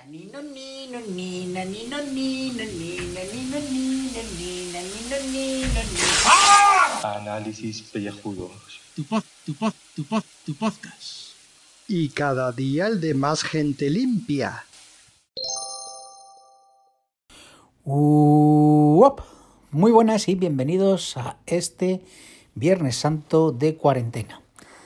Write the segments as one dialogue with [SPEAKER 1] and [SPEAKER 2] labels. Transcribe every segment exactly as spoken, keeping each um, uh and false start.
[SPEAKER 1] Ni no ni no ni na ni no ni no ni na ni no ni no ni na ni no ni no ni.
[SPEAKER 2] Análisis pellejudos.
[SPEAKER 3] Tu pod, tu pod, tu pod, tu podcast.
[SPEAKER 4] Y cada día el de más gente limpia.
[SPEAKER 1] Uop. Muy buenas y bienvenidos a este Viernes Santo de cuarentena.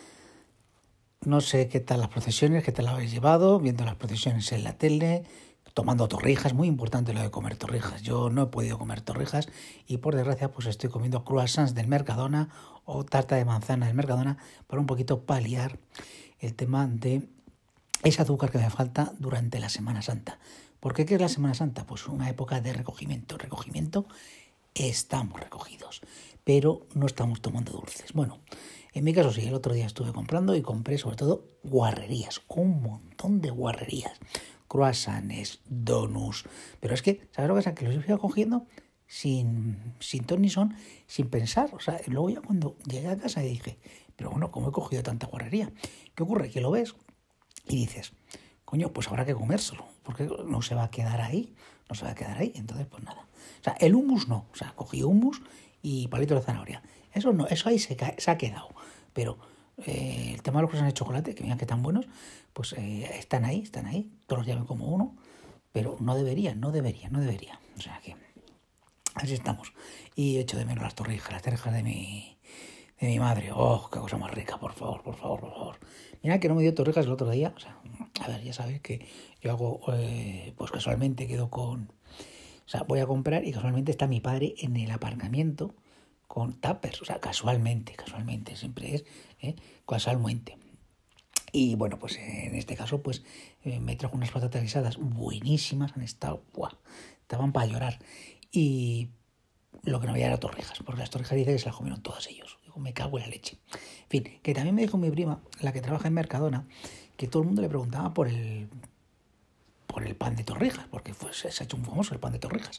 [SPEAKER 1] No sé qué tal las procesiones, qué tal habéis llevado, viendo las procesiones en la tele, tomando torrijas, muy importante lo de comer torrijas. Yo no he podido comer torrijas y por desgracia pues estoy comiendo croissants del Mercadona o tarta de manzana del Mercadona para un poquito paliar el tema de ese azúcar que me falta durante la Semana Santa. ¿Por qué? ¿Qué es la Semana Santa? Pues una época de recogimiento. Recogimiento, estamos recogidos, pero no estamos tomando dulces. Bueno, en mi caso sí, el otro día estuve comprando y compré sobre todo guarrerías, un montón de guarrerías, croissants, donuts, pero es que, ¿sabes lo que pasa? Que los iba cogiendo sin, sin ton ni son, sin pensar, o sea, luego ya cuando llegué a casa dije, pero bueno, ¿cómo he cogido tanta guarrería? ¿Qué ocurre? Que lo ves y dices, coño, pues habrá que comérselo, porque no se va a quedar ahí, no se va a quedar ahí, entonces pues nada. O sea, el hummus no, o sea, cogí hummus y palito de zanahoria. Eso no, eso ahí se, ca- se ha quedado. Pero eh, el tema de los croissants de chocolate, que mira que tan buenos, pues eh, están ahí, están ahí. Todos los llaman como uno, pero no debería, no debería, no debería. O sea que así estamos. Y echo de menos las torrijas, las torrijas de mi, de mi madre. Oh, qué cosa más rica, por favor, por favor, por favor. Mira que no me dio torrijas el otro día. O sea, a ver, ya sabéis que yo hago, eh, pues casualmente quedo con... O sea, voy a comprar y casualmente está mi padre en el aparcamiento con tuppers, o sea, casualmente, casualmente, siempre es ¿eh? casualmente. Y bueno, pues en este caso, pues eh, me trajo unas patatas guisadas buenísimas, han estado, ¡buah! Estaban para llorar. Y lo que no había era torrijas, porque las torrijas dice que se las comieron todos ellos. Digo, me cago en la leche. En fin, que también me dijo mi prima, la que trabaja en Mercadona, que todo el mundo le preguntaba por el por el pan de torrijas, porque fue, se ha hecho muy famoso el pan de torrijas.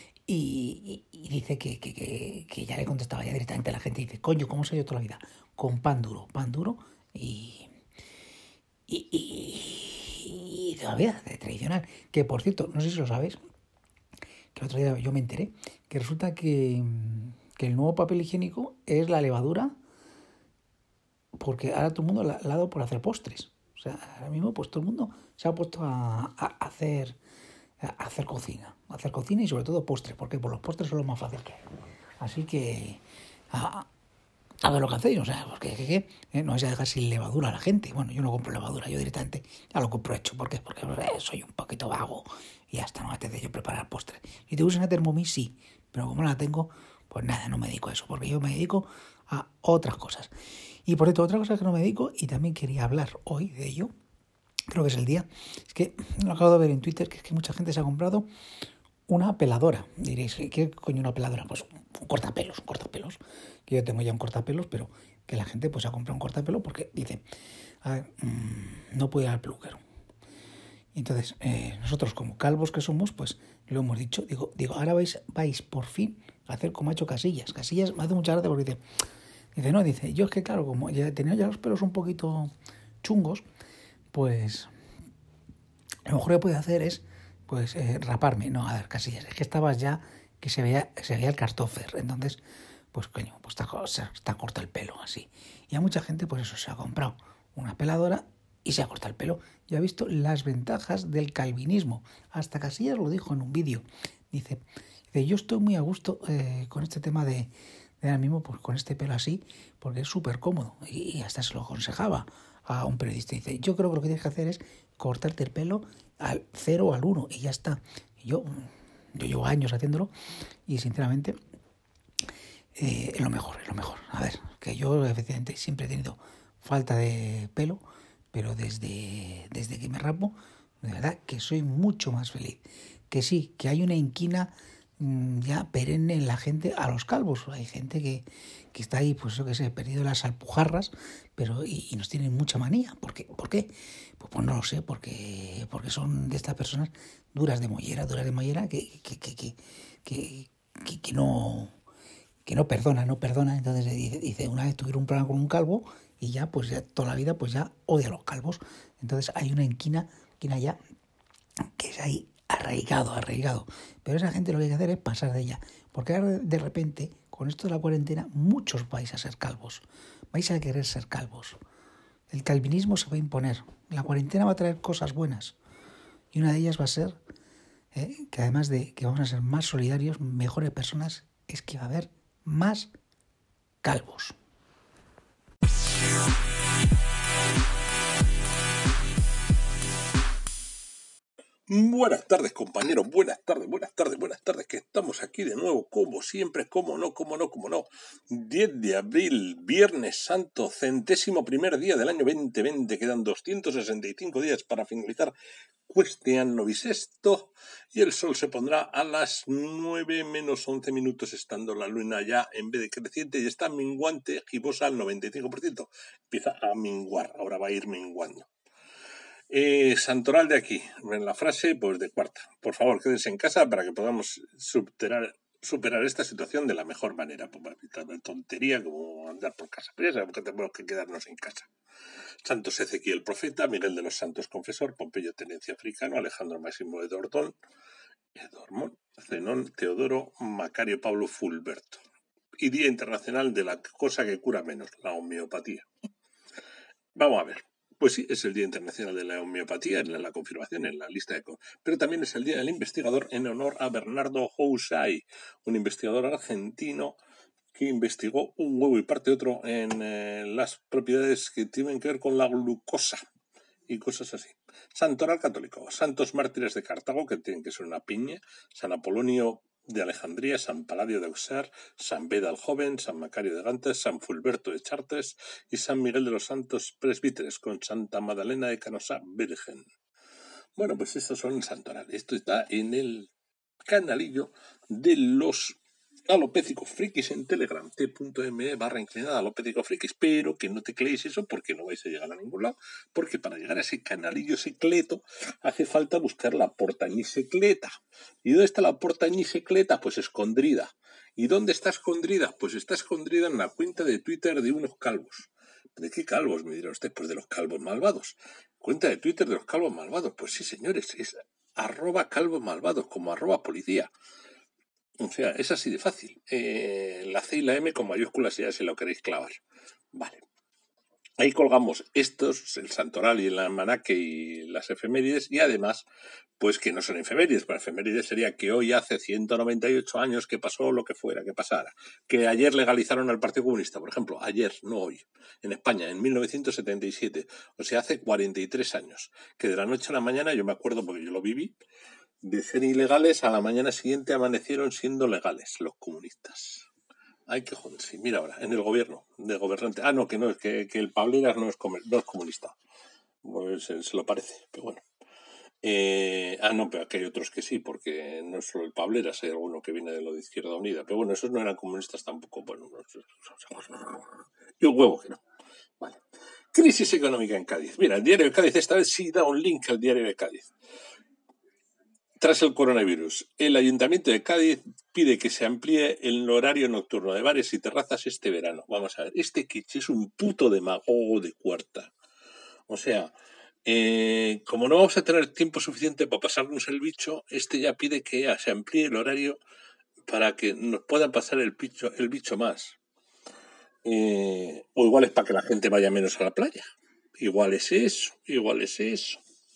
[SPEAKER 1] Y, y, y dice que, que, que, que ya le contestaba ya directamente a la gente, dice, coño, ¿cómo se ha hecho toda la vida? Con pan duro, pan duro y, y, y, y todavía de tradicional. Que por cierto, no sé si lo sabéis, que el otro día yo me enteré, que resulta que, que el nuevo papel higiénico es la levadura, porque ahora todo el mundo la ha dado por hacer postres. O sea, ahora mismo pues todo el mundo se ha puesto a, a hacer... a hacer cocina, a hacer cocina y sobre todo postres, porque por los postres son lo más fácil que hay. Así que a, a ver lo que hacéis, o sea, porque que, que, eh, no vais a dejar sin levadura a la gente. Bueno, yo no compro levadura, yo directamente ya lo compro hecho. ¿Por qué? Porque eh, soy un poquito vago y hasta no me apetece yo preparar postres. Si te gusta una Thermomix, sí, pero como no la tengo, pues nada, no me dedico a eso, porque yo me dedico a otras cosas. Y por cierto, otra cosa que no me dedico, y también quería hablar hoy de ello, creo que es el día, es que lo acabo de ver en Twitter, que es que mucha gente se ha comprado una peladora. Diréis, ¿qué coño una peladora? Pues un cortapelos, un cortapelos, que yo tengo ya un cortapelos, pero que la gente pues ha comprado un cortapelos porque dice, a ver, mmm, no puedo ir al peluquero. Y entonces, eh, nosotros como calvos que somos, pues lo hemos dicho, digo, digo ahora vais, vais por fin a hacer como ha hecho Casillas. Casillas me hace mucha gracia porque dice, dice, no, dice, yo es que claro, como ya tenía ya los pelos un poquito chungos, pues lo mejor que puedo hacer es pues eh, raparme. No, a ver, Casillas, es que estabas ya que se veía, se veía el Christopher. Entonces, pues coño, pues está, está corto el pelo así. Y a mucha gente, pues eso, se ha comprado una peladora y se ha cortado el pelo. Ya ha visto las ventajas del calvinismo. Hasta Casillas lo dijo en un vídeo. Dice, dice yo estoy muy a gusto eh, con este tema de, de ahora mismo, pues con este pelo así, porque es súper cómodo. Y, y hasta se lo aconsejaba a un periodista. Dice, yo creo que lo que tienes que hacer es cortarte el pelo al cero o al uno y ya está. Y yo, yo llevo años haciéndolo y sinceramente eh, es lo mejor, es lo mejor. A ver, que yo efectivamente siempre he tenido falta de pelo, pero desde, desde que me rapo, de verdad que soy mucho más feliz. Que sí, que hay una inquina ya perenne en la gente, a los calvos. Hay gente que, que está ahí, pues yo que sé, perdido las alpujarras, pero y, y nos tienen mucha manía. ¿Por qué? ¿Por qué? Pues, pues no lo sé, porque, porque son de estas personas duras de mollera, duras de mollera, que, que, que, que, que, que, que no que no perdona, no perdona. Entonces dice, dice, una vez tuvieron un problema con un calvo y ya, pues ya toda la vida, pues ya odia a los calvos. Entonces hay una inquina, inquina ya que es ahí arraigado, arraigado. Pero esa gente lo que hay que hacer es pasar de ella. Porque ahora de repente, con esto de la cuarentena, muchos vais a ser calvos. Vais a querer ser calvos. El calvinismo se va a imponer. La cuarentena va a traer cosas buenas. Y una de ellas va a ser eh, que además de que vamos a ser más solidarios, mejores personas, es que va a haber más calvos.
[SPEAKER 5] Buenas tardes, compañeros, buenas tardes, buenas tardes, buenas tardes, que estamos aquí de nuevo, como siempre, como no, como no, como no. diez de abril, Viernes Santo, centésimo primer día del año veinte veinte, quedan doscientos sesenta y cinco días para finalizar este anno bisiesto, y el sol se pondrá a las nueve menos once minutos, estando la luna ya en vez de creciente y está minguante, gibosa al noventa y cinco por ciento. Empieza a minguar, ahora va a ir minguando. Eh, Santoral de aquí, en la frase pues de cuarta. Por favor, quédense en casa para que podamos superar, superar esta situación de la mejor manera. Pues, una tontería como andar por casa, pero ya sabemos que tenemos que quedarnos en casa. Santos Ezequiel Profeta, Miguel de los Santos Confesor, Pompeyo Tenencia Africano, Alejandro Máximo de Dordón, Edormón, Zenón, Teodoro, Macario Pablo Fulberto. Y Día Internacional de la cosa que cura menos, la homeopatía. Vamos a ver. Pues sí, es el Día Internacional de la Homeopatía, en la confirmación, en la lista de... Pero también es el Día del Investigador en honor a Bernardo Housay, un investigador argentino que investigó un huevo y parte de otro en eh, las propiedades que tienen que ver con la glucosa y cosas así. Santoral católico, santos mártires de Cartago, que tienen que ser una piña, San Apolonio de Alejandría, San Paladio de Auxerre, San Beda el Joven, San Macario de Gantes, San Fulberto de Chartres y San Miguel de los Santos Presbíteres, con Santa Magdalena de Canosa Virgen. Bueno, pues estos son el santoral. Esto está en el canalillo de los alopécicos frikis en Telegram, t.me barra inclinada alopécicos frikis, pero que no tecleéis eso porque no vais a llegar a ningún lado, porque para llegar a ese canalillo secreto hace falta buscar la portañí secreta. ¿Y dónde está la portañí secreta? Pues escondida. ¿Y dónde está escondida? Pues está escondida en la cuenta de Twitter de unos calvos. ¿De qué calvos? Me dirá usted. Pues de los calvos malvados. Cuenta de Twitter de los calvos malvados. Pues sí, señores, es arroba calvos malvados, como arroba policía. O sea, es así de fácil. Eh, la C y la M con mayúsculas ya si lo queréis clavar. Vale. Ahí colgamos estos, el santoral y el almanaque y las efemérides, y además, pues que no son efemérides. Para efemérides sería que hoy hace ciento noventa y ocho años que pasó lo que fuera, que pasara. Que ayer legalizaron al Partido Comunista, por ejemplo, ayer, no hoy, en España, en mil novecientos setenta y siete. O sea, hace cuarenta y tres años. Que de la noche a la mañana, yo me acuerdo porque yo lo viví, de ser ilegales, a la mañana siguiente amanecieron siendo legales los comunistas. Hay que joderse. Mira ahora, en el gobierno, de gobernante. Ah, no, que no, es que, que el Pableras no es, no es comunista. Pues se, se lo parece, pero bueno. Eh, ah, no, pero aquí hay otros que sí, porque no es solo el Pableras, hay alguno que viene de lo de Izquierda Unida. Pero bueno, esos no eran comunistas tampoco. Bueno, y un huevo que no. Vale. Crisis económica en Cádiz. Mira, el diario de Cádiz esta vez sí da un link al diario de Cádiz. Tras el coronavirus, el Ayuntamiento de Cádiz pide que se amplíe el horario nocturno de bares y terrazas este verano. Vamos a ver, este kitsch es un puto demagogo de cuarta. O sea, eh, como no vamos a tener tiempo suficiente para pasarnos el bicho, este ya pide que se amplíe el horario para que nos puedan pasar el bicho, el bicho más. Eh, o igual es para que la gente vaya menos a la playa. Igual es eso, igual es eso.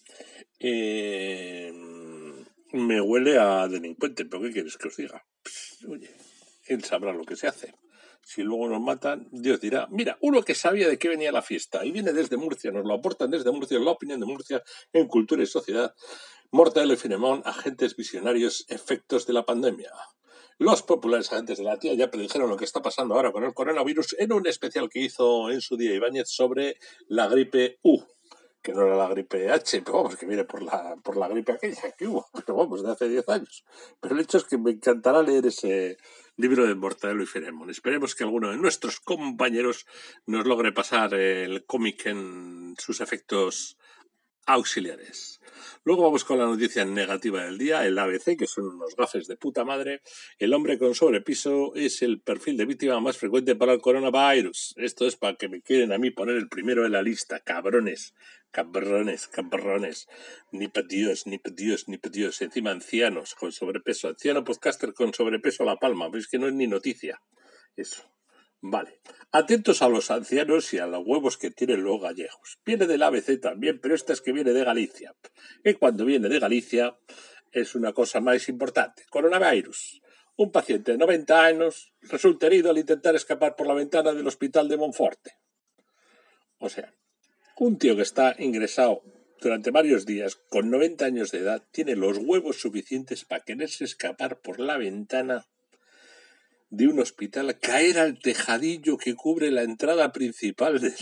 [SPEAKER 5] Eh... Me huele a delincuente, pero ¿qué quieres que os diga? Pues, oye, él sabrá lo que se hace. Si luego nos matan, Dios dirá, mira, uno que sabía de qué venía la fiesta y viene desde Murcia, nos lo aportan desde Murcia, la opinión de Murcia en Cultura y Sociedad. Mortadelo y Filemón, agentes visionarios, efectos de la pandemia. Los populares agentes de la tía ya predijeron lo que está pasando ahora con el coronavirus en un especial que hizo en su día Ibáñez sobre la gripe U. Que no era la gripe H, pero vamos, que viene por la, por la gripe aquella que hubo, pero vamos, de hace diez años. Pero el hecho es que me encantará leer ese libro de Mortadelo y Filemón. Esperemos que alguno de nuestros compañeros nos logre pasar el cómic en sus efectos auxiliares. Luego vamos con la noticia negativa del día, el A B C, que son unos gafes de puta madre. El hombre con sobrepeso es el perfil de víctima más frecuente para el coronavirus. Esto es para que me quieren a mí poner el primero en la lista, cabrones, cabrones, cabrones. Ni pa' Dios, ni pa' Dios, ni pa' Dios. Encima ancianos con sobrepeso, anciano podcaster con sobrepeso a La Palma, pero es que no es ni noticia. Eso. Vale, atentos a los ancianos y a los huevos que tienen los gallegos. Viene del A B C también, pero esta es que viene de Galicia. Y cuando viene de Galicia es una cosa más importante. Coronavirus. Un paciente de noventa años resulta herido al intentar escapar por la ventana del hospital de Monforte. O sea, un tío que está ingresado durante varios días con noventa años de edad tiene los huevos suficientes para quererse escapar por la ventana de un hospital, caer al tejadillo que cubre la entrada principal de,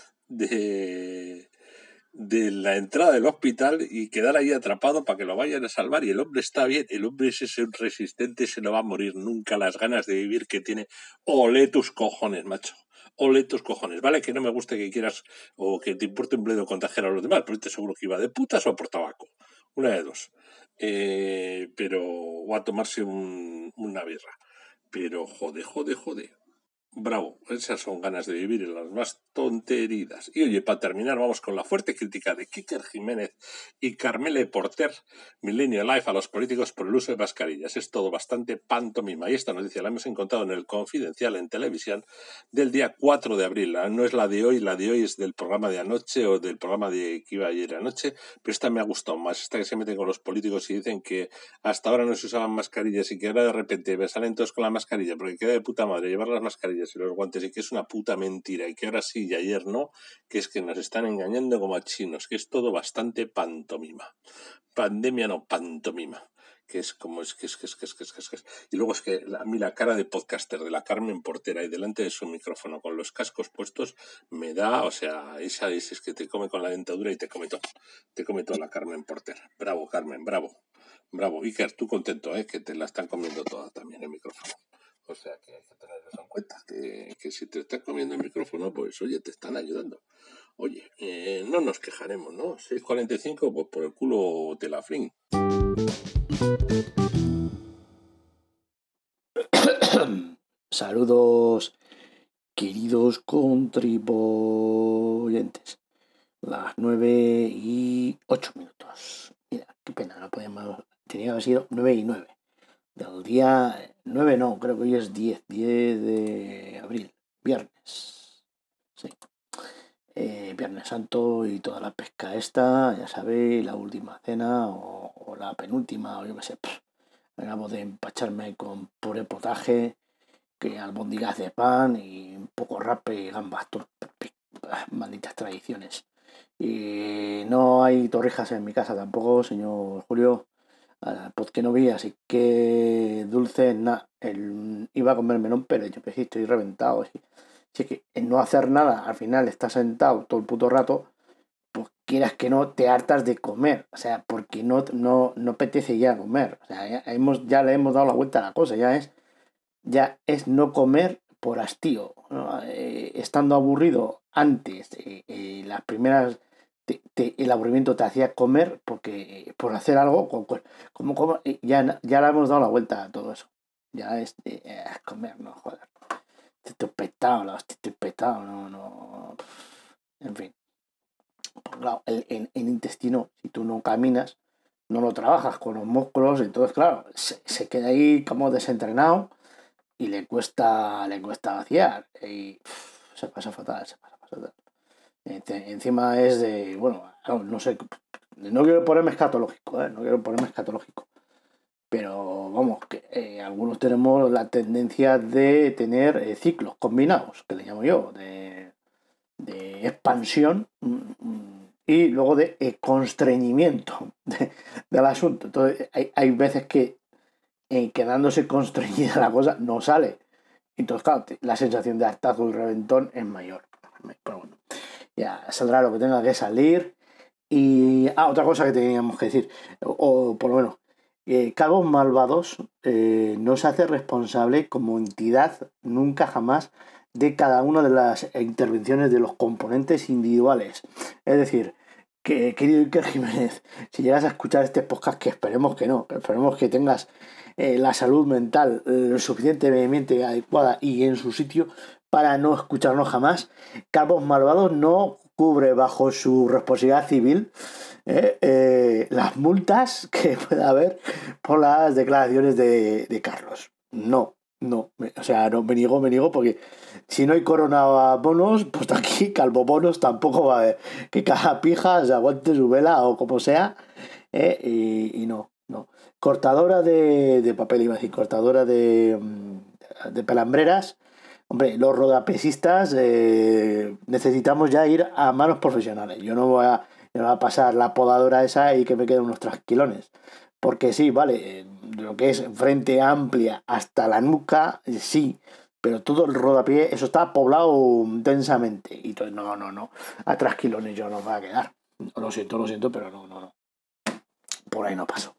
[SPEAKER 5] de, de la entrada del hospital y quedar ahí atrapado para que lo vayan a salvar. Y el hombre está bien, el hombre ese es un resistente, se no va a morir nunca, las ganas de vivir que tiene. Ole tus cojones, macho. Ole tus cojones. Vale que no me guste que quieras o que te importe un bledo contagiar a los demás, pero te seguro que iba de putas o por tabaco. Una de dos. Eh, pero o a tomarse un, una birra. Pero jode, jode, jode. Bravo, esas son ganas de vivir en las más tonterías. Y oye, para terminar, vamos con la fuerte crítica de Kiker Jiménez y Carmele Porter, Millennial Life, a los políticos por el uso de mascarillas. Es todo bastante pantomima. Y esta noticia la hemos encontrado en el Confidencial en televisión del día cuatro de abril. No es la de hoy, la de hoy es del programa de anoche o del programa de que iba ayer anoche, pero esta me ha gustado más. Esta que se meten con los políticos y dicen que hasta ahora no se usaban mascarillas y que ahora de repente me salen todos con la mascarilla porque queda de puta madre llevar las mascarillas y los guantes y que es una puta mentira y que ahora sí y ayer no, que es que nos están engañando como a chinos, que es todo bastante pantomima. Pandemia no, pantomima. Que es como es que es que es que es que es que es que es. Y luego es que la, a mí la cara de podcaster de la Carmen Porter ahí delante de su micrófono con los cascos puestos me da, o sea, esa es, es que te come con la dentadura y te come todo. Te come toda la Carmen Porter. Bravo, Carmen, bravo. Bravo. Iker, tú contento, ¿eh? Que te la están comiendo toda también el micrófono. O sea, que hay que tener eso en cuenta, que, que si te estás comiendo el micrófono, pues oye, te están ayudando. Oye, eh, no nos quejaremos, ¿no? seis cuarenta y cinco, pues por el culo te la fling.
[SPEAKER 6] Saludos, queridos contribuyentes. Las nueve y ocho minutos. Mira, qué pena, no podíamos. Tenía que haber sido nueve y nueve. Del día nueve no, creo que hoy es diez, diez de abril, viernes. Sí. Eh, Viernes Santo y toda la pesca esta, ya sabéis, la última cena o, o la penúltima, o yo qué sé. Acabo de empacharme con puré potaje, que albóndigas de pan y un poco rape y gambas. Malditas tradiciones. Y no hay torrijas en mi casa tampoco, señor Julio. Pues que no vi, así que dulce, nada. Iba a comer melón, pero yo que sí, estoy reventado. Así, así que en no hacer nada, al final estás sentado todo el puto rato, pues quieras que no, te hartas de comer. O sea, porque no, no, no apetece ya comer. O sea, ya, hemos, ya le hemos dado la vuelta a la cosa, ya es, ya es no comer por hastío, ¿no? Eh, estando aburrido antes, eh, eh, las primeras... Te, te, el aburrimiento te hacía comer porque por hacer algo como, como, como ya, ya le hemos dado la vuelta a todo eso. Ya es eh, comer, no, joder. Estoy petado, estoy petado, no, no. En fin. Pues claro, el, el, el intestino, si tú no caminas, no lo trabajas con los músculos, entonces claro, se, se queda ahí como desentrenado y le cuesta, le cuesta vaciar. Y pff, se pasa fatal, se pasa fatal. Encima es de, bueno, no sé, no quiero ponerme escatológico, ¿eh? no quiero ponerme escatológico, pero vamos, que eh, algunos tenemos la tendencia de tener eh, ciclos combinados, que le llamo yo, de, de expansión y luego de eh, constreñimiento de, del asunto. Entonces hay, hay veces que eh, quedándose constreñida la cosa no sale, entonces claro, la sensación de hartazgo y reventón es mayor, pero bueno. Ya saldrá lo que tenga que salir. Y ah, otra cosa que teníamos que decir, o, o por lo menos, eh, Cabos Malvados eh, no se hace responsable como entidad nunca jamás de cada una de las intervenciones de los componentes individuales. Es decir, que, querido Iker Jiménez, si llegas a escuchar este podcast, que esperemos que no, que esperemos que tengas eh, la salud mental eh, suficientemente adecuada y en su sitio para no escucharnos jamás. Calvos Malvados no cubre bajo su responsabilidad civil eh, eh, las multas que pueda haber por las declaraciones de, de Carlos. No, no, o sea, no me niego, me niego porque si no hay corona bonos, pues aquí Calvo Bonos tampoco va a haber. Que cada pija se aguante su vela o como sea, eh, y, y no, no. Cortadora de, de papel, iba a decir, cortadora de, de pelambreras. Hombre, los rodapesistas eh, necesitamos ya ir a manos profesionales. Yo no voy a, yo no voy a pasar la podadora esa y que me queden unos trasquilones. Porque sí, vale, lo que es frente amplia hasta la nuca, sí, pero todo el rodapié, eso está poblado densamente. Y entonces, no, no, no, a trasquilones yo no me voy a quedar. Lo siento, lo siento, pero no, no, no. Por ahí no paso.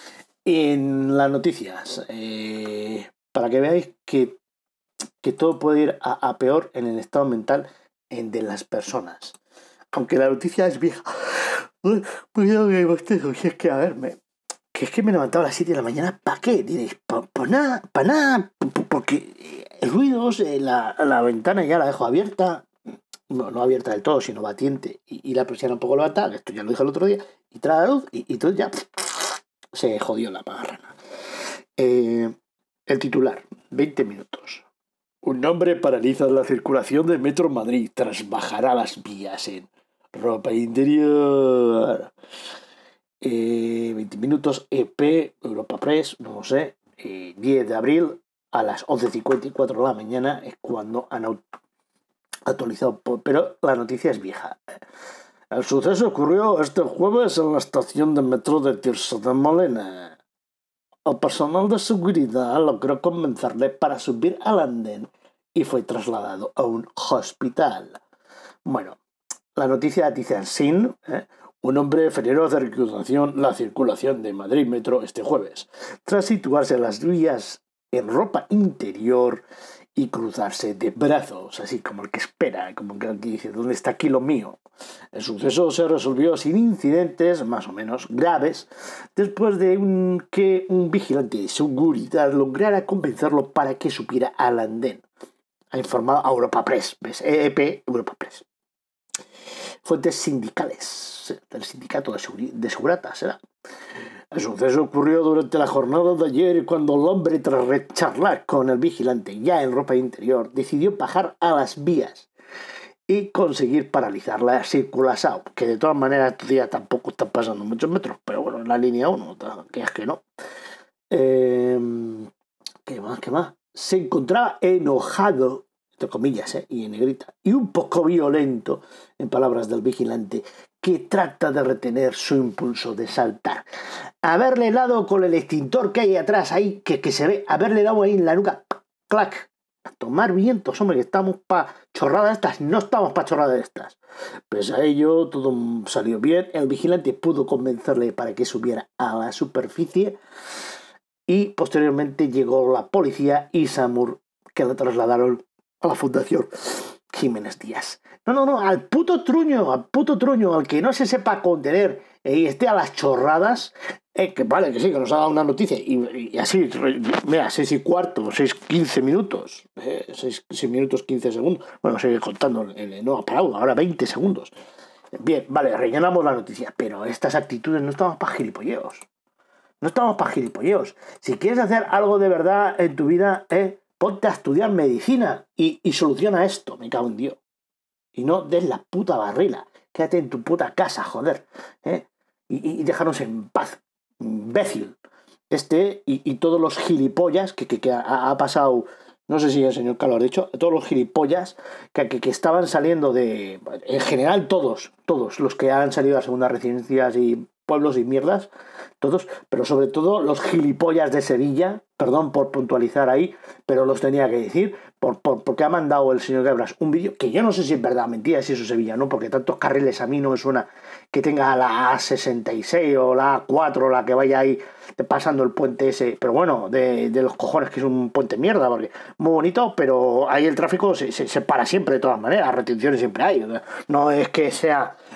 [SPEAKER 6] En las noticias, eh, para que veáis que que todo puede ir a, a peor en el estado mental en, de las personas. Aunque la noticia es vieja. Pues ya me bostezo, y es que, a ver, me, que es que me he levantado a las siete de la mañana, ¿para qué? Diréis, pues pa nada, para nada, porque el ruido, la, la ventana ya la dejo abierta, no, no abierta del todo, sino batiente, y, y la persiana un poco levantada, esto ya lo dije el otro día, y trae la luz, y, y todo ya se jodió la pagarrana. Eh, el titular, veinte minutos. Un hombre paraliza la circulación de Metro Madrid tras bajar a las vías en ropa interior. Eh, veinte minutos, E P, Europa Press, no lo sé. Eh, diez de abril a las once cincuenta y cuatro de la mañana es cuando han actualizado. Pero la noticia es vieja. El suceso ocurrió este jueves en la estación de metro de Tirso de Molina. El personal de seguridad logró convencerle para subir al andén y fue trasladado a un hospital. Bueno, la noticia dice así, ¿eh? Un hombre frenó la circulación, la circulación de Madrid Metro este jueves, tras situarse en las vías en ropa interior y cruzarse de brazos, así como el que espera, como que dice, ¿dónde está aquí lo mío? El suceso se resolvió sin incidentes, más o menos graves, después de un, que un vigilante de seguridad lograra convencerlo para que subiera al andén. Ha informado a Europa Press, ¿ves? E E P, Europa Press. Fuentes sindicales del sindicato de, seguri de seguratas, ¿será? El suceso ocurrió durante la jornada de ayer cuando el hombre, tras charlar con el vigilante ya en ropa interior, decidió bajar a las vías y conseguir paralizar la circulación, que de todas maneras todavía tampoco están pasando muchos metros, pero bueno, en la línea uno, que es que no. Eh, ¿Qué más? ¿Qué más? Se encontraba enojado, entre comillas, ¿eh? Y en negrita, y un poco violento, en palabras del vigilante, que trata de retener su impulso de saltar. Haberle dado con el extintor que hay atrás ahí, que, que se ve, haberle dado ahí en la nuca, clac, a tomar vientos, hombre, que estamos para chorradas estas, no estamos para chorradas estas. Pese a ello, todo salió bien, el vigilante pudo convencerle para que subiera a la superficie y posteriormente llegó la policía y SAMUR, que la trasladaron a la Fundación Jiménez Díaz. No, no, no, al puto truño, al puto truño, al que no se sepa contener y esté a las chorradas, eh, que vale, que sí, que nos ha dado una noticia, y, y así, mira, seis y cuarto, seis, quince minutos, eh, seis, seis minutos, quince segundos, bueno, sigue contando, eh, no ha parado, ahora veinte segundos. Bien, vale, rellenamos la noticia, pero estas actitudes no estamos para gilipolleos, no estamos para gilipolleos. Si quieres hacer algo de verdad en tu vida, eh, ponte a estudiar medicina y, y soluciona esto, me cago en Dios. Y no des la puta barrila. Quédate en tu puta casa, joder. ¿eh? Y, y déjanos en paz, imbécil. Este y, y todos los gilipollas que, que, que ha, ha pasado, no sé si el señor Carlos ha dicho, todos los gilipollas que, que, que estaban saliendo de... En general todos, todos los que han salido a segundas residencias y pueblos y mierdas, todos, pero sobre todo los gilipollas de Sevilla, perdón por puntualizar ahí, pero los tenía que decir, por, por, porque ha mandado el señor Gebras un vídeo, que yo no sé si es verdad, mentira, si eso es Sevilla, ¿no? Porque tantos carriles a mí no me suena que tenga la A sesenta y seis o la A cuatro, la que vaya ahí pasando el puente ese, pero bueno, de, de los cojones, que es un puente mierda, porque muy bonito, pero ahí el tráfico se, se, se para siempre de todas maneras, retenciones siempre hay, no es que sea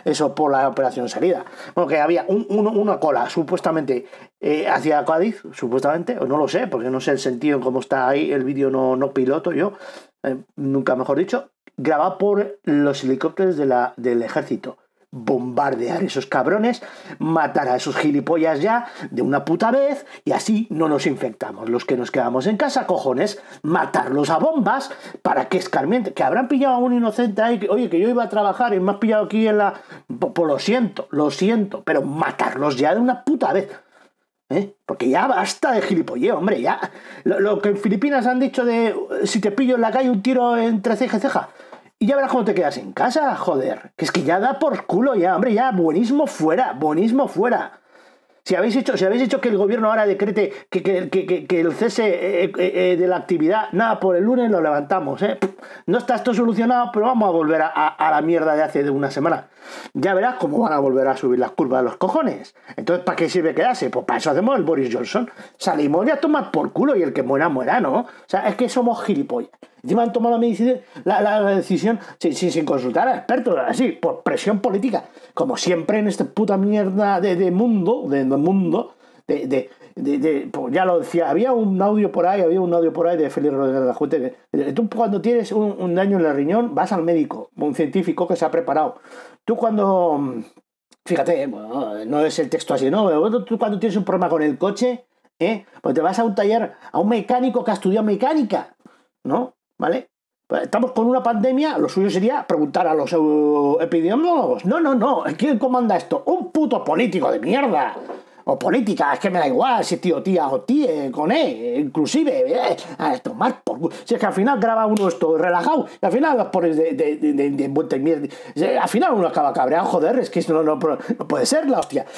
[SPEAKER 6] eso por la operación salida. Bueno, que había un, un, una cola, supuestamente, eh, hacia Cádiz, supuestamente, o no lo sé, porque no sé el sentido en cómo está ahí, el vídeo no, no piloto yo, eh, nunca mejor dicho, grabado por los helicópteros de la, del ejército. Bombardear esos cabrones, matar a esos gilipollas ya de una puta vez y así no nos infectamos. Los que nos quedamos en casa, cojones, matarlos a bombas para que escarmienten. Que habrán pillado a un inocente ahí, que, oye, que yo iba a trabajar y me has pillado aquí en la... Pues lo siento, lo siento, pero matarlos ya de una puta vez. ¿Eh? Porque ya basta de gilipolleo, hombre, ya. Lo, lo que en Filipinas han dicho de si te pillo en la calle un tiro entre ceja y ceja. Y ya verás cómo te quedas en casa, joder. Que es que ya da por culo ya, hombre, ya, buenismo fuera, buenismo fuera. Si habéis hecho, si habéis hecho que el gobierno ahora decrete que, que, que, que, que el cese eh, eh, de la actividad, nada, por el lunes lo levantamos, ¿eh? No está esto solucionado, pero vamos a volver a, a, a la mierda de hace de una semana. Ya verás cómo van a volver a subir las curvas de los cojones. Entonces, ¿para qué sirve quedarse? Pues para eso hacemos el Boris Johnson. Salimos ya a tomar por culo y el que muera, muera, ¿no? O sea, es que somos gilipollas. Encima han tomado la, medicina, la, la, la decisión sin, sin, sin consultar a expertos, así, por presión política. Como siempre en esta puta mierda de, de mundo, de, de mundo, de, de, de, de pues ya lo decía, había un audio por ahí, había un audio por ahí de Félix Rodríguez de la Fuente. De, de, tú cuando tienes un, un daño en el riñón, vas al médico, un científico que se ha preparado. Tú cuando, fíjate, bueno, no es el texto así, ¿no? Tú cuando tienes un problema con el coche, ¿eh? Pues te vas a un taller, a un mecánico que ha estudiado mecánica, ¿no? ¿Vale? Pues estamos con una pandemia, lo suyo sería preguntar a los uh, epidemiólogos. No, no, no, ¿quién comanda esto? Un puto político de mierda. O política, es que me da igual si tío, tía o tíe, con E, inclusive, eh, a tomar por culo. Si es que al final graba uno esto relajado, y al final los pones de, de, de, de, de vuelta y mierda. Al final uno acaba cabreado, joder, es que eso no, no, no puede ser la hostia.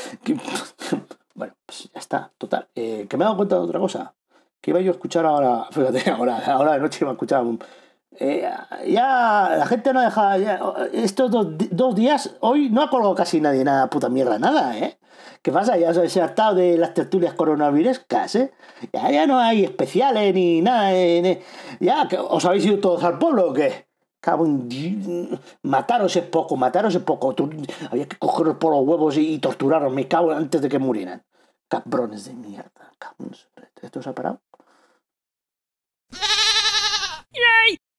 [SPEAKER 6] Bueno, pues ya está, total. Eh, que me he dado cuenta de otra cosa. Que iba yo a escuchar ahora, fíjate, ahora, ahora de noche iba a escuchar un... Eh, ya la gente no deja... Ya, estos dos, dos días, hoy no ha colgado casi nadie nada, puta mierda, nada, ¿eh? ¿Qué pasa? Ya se ha hartado de las tertulias coronaviruscas, ¿eh? Ya, ya no hay especiales ni nada, eh, ni, ya, ¿os habéis ido todos al pueblo o qué? Cabo en... Mataros es poco, mataros es poco. Había que cogerlos por los huevos y, y torturarlos, me cago antes de que murieran. Cabrones de mierda. Cabrones. ¿Esto se ha parado?